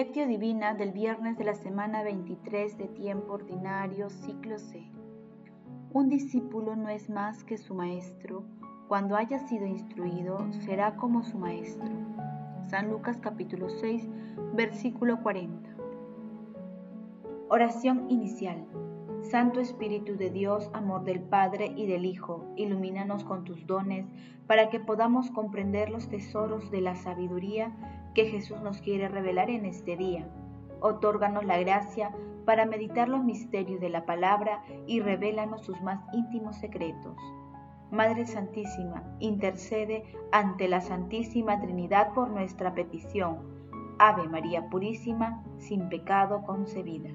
Lectio Divina del viernes de la semana 23 de tiempo ordinario, ciclo C. Un discípulo no es más que su maestro. Cuando haya sido instruido, será como su maestro. San Lucas capítulo 6, versículo 40. Oración inicial. Santo Espíritu de Dios, amor del Padre y del Hijo, ilumínanos con tus dones para que podamos comprender los tesoros de la sabiduría que Jesús nos quiere revelar en este día. Otórganos la gracia para meditar los misterios de la palabra y revélanos sus más íntimos secretos. Madre Santísima, intercede ante la Santísima Trinidad por nuestra petición. Ave María Purísima, sin pecado concebida.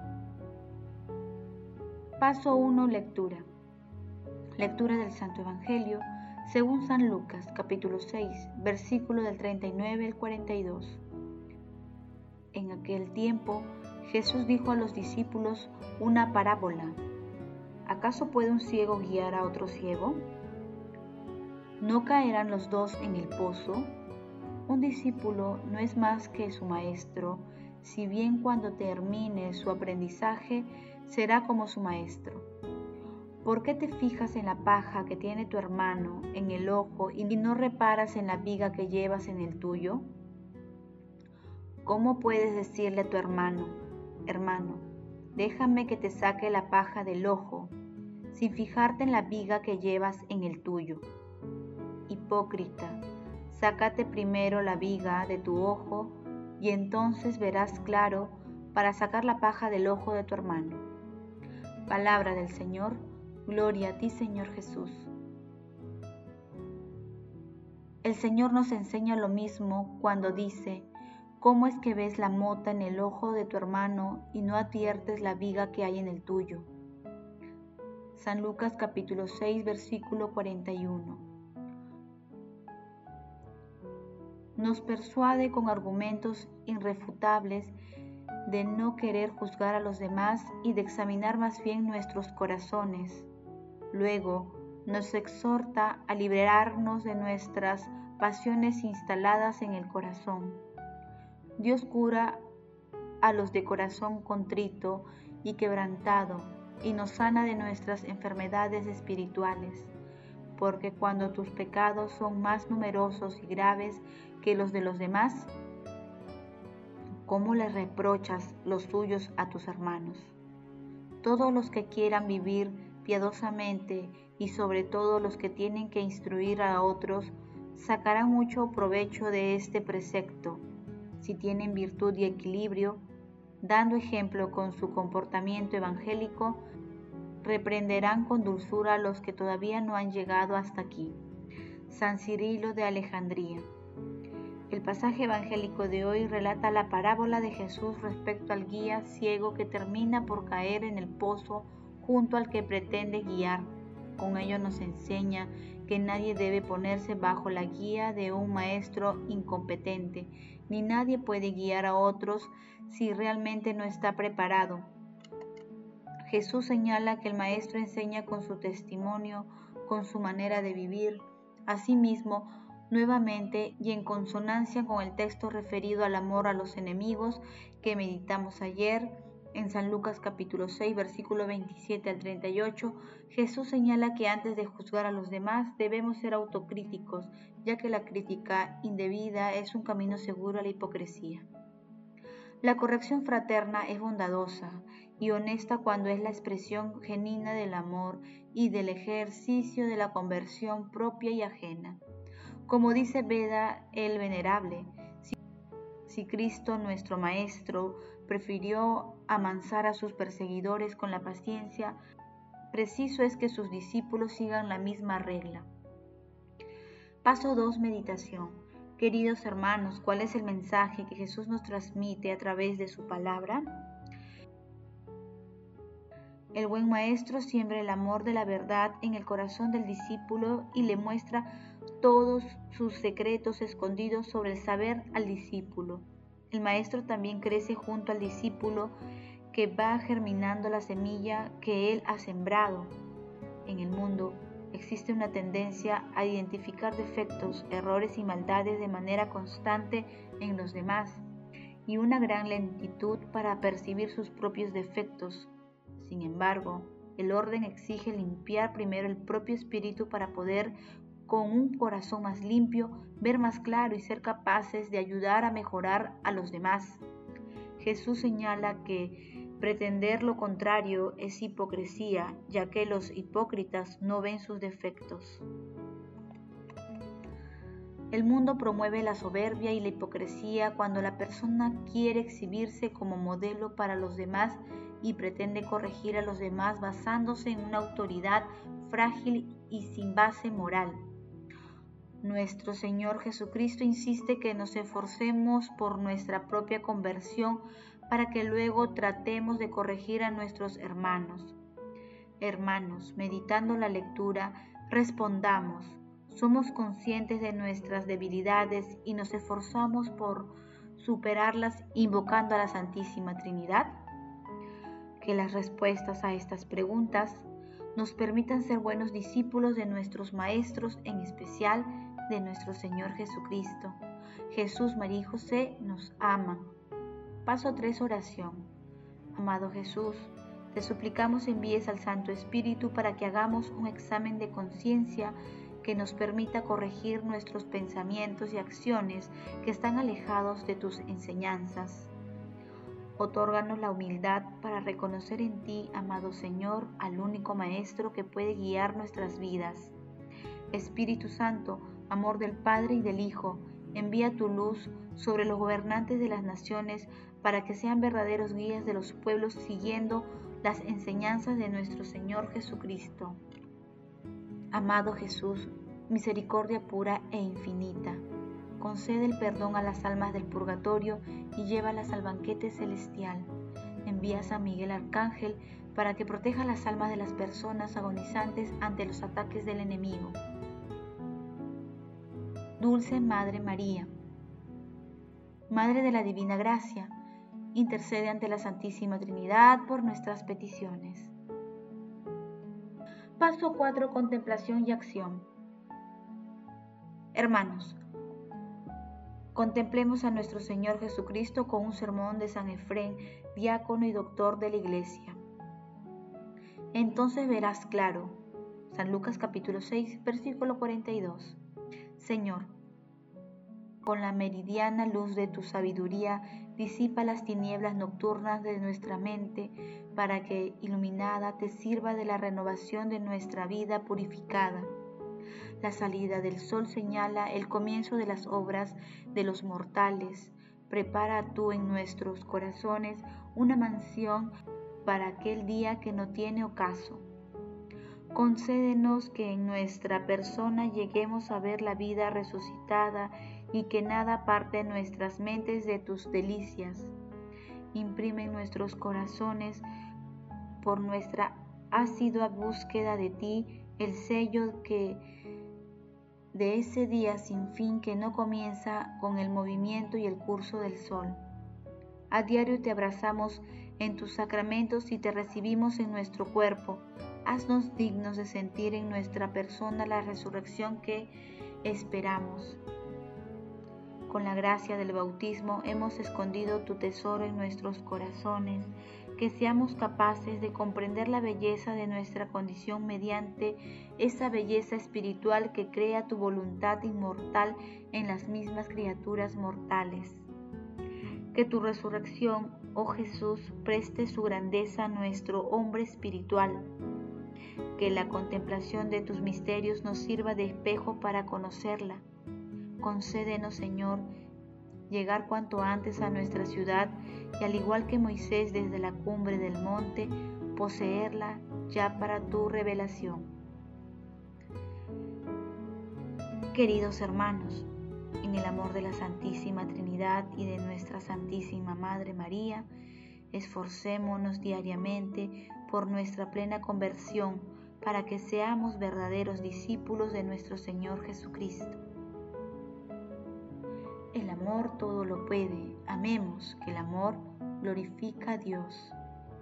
Paso 1. Lectura. Lectura del Santo Evangelio según San Lucas, capítulo 6, versículo del 39 al 42. En aquel tiempo, Jesús dijo a los discípulos una parábola. ¿Acaso puede un ciego guiar a otro ciego? ¿No caerán los dos en el pozo? Un discípulo no es más que su maestro, si bien cuando termine su aprendizaje será como su maestro. ¿Por qué te fijas en la paja que tiene tu hermano en el ojo y no reparas en la viga que llevas en el tuyo? ¿Cómo puedes decirle a tu hermano, hermano, déjame que te saque la paja del ojo, sin fijarte en la viga que llevas en el tuyo? Hipócrita, sácate primero la viga de tu ojo y entonces verás claro para sacar la paja del ojo de tu hermano. Palabra del Señor. Gloria a ti, Señor Jesús. El Señor nos enseña lo mismo cuando dice, ¿cómo es que ves la mota en el ojo de tu hermano y no adviertes la viga que hay en el tuyo? San Lucas capítulo 6, versículo 41. Nos persuade con argumentos irrefutables de no querer juzgar a los demás y de examinar más bien nuestros corazones. Luego, nos exhorta a liberarnos de nuestras pasiones instaladas en el corazón. Dios cura a los de corazón contrito y quebrantado y nos sana de nuestras enfermedades espirituales, porque cuando tus pecados son más numerosos y graves que los de los demás, ¿cómo les reprochas los tuyos a tus hermanos? Todos los que quieran vivir piadosamente y sobre todo los que tienen que instruir a otros, sacarán mucho provecho de este precepto, si tienen virtud y equilibrio, dando ejemplo con su comportamiento evangélico, reprenderán con dulzura a los que todavía no han llegado hasta aquí. San Cirilo de Alejandría. El pasaje evangélico de hoy relata la parábola de Jesús respecto al guía ciego que termina por caer en el pozo junto al que pretende guiar. Con ello nos enseña que nadie debe ponerse bajo la guía de un maestro incompetente, ni nadie puede guiar a otros si realmente no está preparado. Jesús señala que el maestro enseña con su testimonio, con su manera de vivir. Asimismo, nuevamente y en consonancia con el texto referido al amor a los enemigos que meditamos ayer, en San Lucas capítulo 6, versículo 27 al 38, Jesús señala que antes de juzgar a los demás debemos ser autocríticos, ya que la crítica indebida es un camino seguro a la hipocresía. La corrección fraterna es bondadosa y honesta cuando es la expresión genuina del amor y del ejercicio de la conversión propia y ajena. Como dice Beda el Venerable, si Cristo nuestro Maestro prefirió amansar a sus perseguidores con la paciencia, preciso es que sus discípulos sigan la misma regla. Paso 2. Meditación. Queridos hermanos, ¿cuál es el mensaje que Jesús nos transmite a través de su palabra? El buen maestro siembra el amor de la verdad en el corazón del discípulo y le muestra todos sus secretos escondidos sobre el saber al discípulo. El maestro también crece junto al discípulo que va germinando la semilla que él ha sembrado. En el mundo existe una tendencia a identificar defectos, errores y maldades de manera constante en los demás y una gran lentitud para percibir sus propios defectos. Sin embargo, el orden exige limpiar primero el propio espíritu para poder, con un corazón más limpio, ver más claro y ser capaces de ayudar a mejorar a los demás. Jesús señala que pretender lo contrario es hipocresía, ya que los hipócritas no ven sus defectos. El mundo promueve la soberbia y la hipocresía cuando la persona quiere exhibirse como modelo para los demás y pretende corregir a los demás basándose en una autoridad frágil y sin base moral. Nuestro Señor Jesucristo insiste que nos esforcemos por nuestra propia conversión para que luego tratemos de corregir a nuestros hermanos. Hermanos, meditando la lectura, respondamos: ¿somos conscientes de nuestras debilidades y nos esforzamos por superarlas invocando a la Santísima Trinidad? Que las respuestas a estas preguntas nos permitan ser buenos discípulos de nuestros maestros, en especial de nuestro Señor Jesucristo. Jesús, María y José nos aman. Paso 3, oración. Amado Jesús, te suplicamos envíes al Santo Espíritu para que hagamos un examen de conciencia que nos permita corregir nuestros pensamientos y acciones que están alejados de tus enseñanzas. Otórganos la humildad para reconocer en ti, amado Señor, al único Maestro que puede guiar nuestras vidas. Espíritu Santo, amor del Padre y del Hijo, envía tu luz sobre los gobernantes de las naciones para que sean verdaderos guías de los pueblos siguiendo las enseñanzas de nuestro Señor Jesucristo. Amado Jesús, misericordia pura e infinita, concede el perdón a las almas del purgatorio y llévalas al banquete celestial. Envía a San Miguel Arcángel para que proteja las almas de las personas agonizantes ante los ataques del enemigo. Dulce Madre María, Madre de la Divina Gracia, intercede ante la Santísima Trinidad por nuestras peticiones. Paso 4. Contemplación y acción. Hermanos, contemplemos a nuestro Señor Jesucristo con un sermón de San Efrén, diácono y doctor de la Iglesia. Entonces verás claro. San Lucas capítulo 6, versículo 42. Señor, con la meridiana luz de tu sabiduría, disipa las tinieblas nocturnas de nuestra mente, para que, iluminada, te sirva de la renovación de nuestra vida purificada. La salida del sol señala el comienzo de las obras de los mortales. Prepara tú en nuestros corazones una mansión para aquel día que no tiene ocaso. Concédenos que en nuestra persona lleguemos a ver la vida resucitada y que nada aparte nuestras mentes de tus delicias. Imprime en nuestros corazones, por nuestra asidua búsqueda de ti, el sello de ese día sin fin que no comienza con el movimiento y el curso del sol. A diario te abrazamos en tus sacramentos y te recibimos en nuestro cuerpo. Haznos dignos de sentir en nuestra persona la resurrección que esperamos. Con la gracia del bautismo hemos escondido tu tesoro en nuestros corazones, que seamos capaces de comprender la belleza de nuestra condición mediante esa belleza espiritual que crea tu voluntad inmortal en las mismas criaturas mortales. Que tu resurrección, oh Jesús, preste su grandeza a nuestro hombre espiritual. Que la contemplación de tus misterios nos sirva de espejo para conocerla. Concédenos, Señor, llegar cuanto antes a nuestra ciudad y, al igual que Moisés desde la cumbre del monte, poseerla ya para tu revelación. Queridos hermanos, en el amor de la Santísima Trinidad y de nuestra Santísima Madre María, esforcémonos diariamente por nuestra plena conversión para que seamos verdaderos discípulos de nuestro Señor Jesucristo. El amor todo lo puede. Amemos, que el amor glorifica a Dios.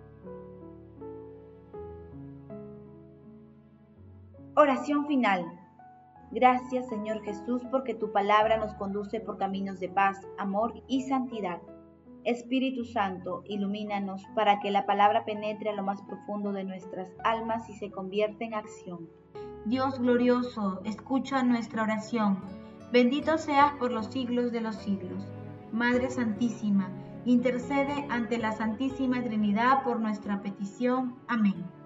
Oración final. Gracias, Señor Jesús, porque tu palabra nos conduce por caminos de paz, amor y santidad. Espíritu Santo, ilumínanos para que la palabra penetre a lo más profundo de nuestras almas y se convierta en acción. Dios glorioso, escucha nuestra oración. Bendito seas por los siglos de los siglos. Madre Santísima, intercede ante la Santísima Trinidad por nuestra petición. Amén.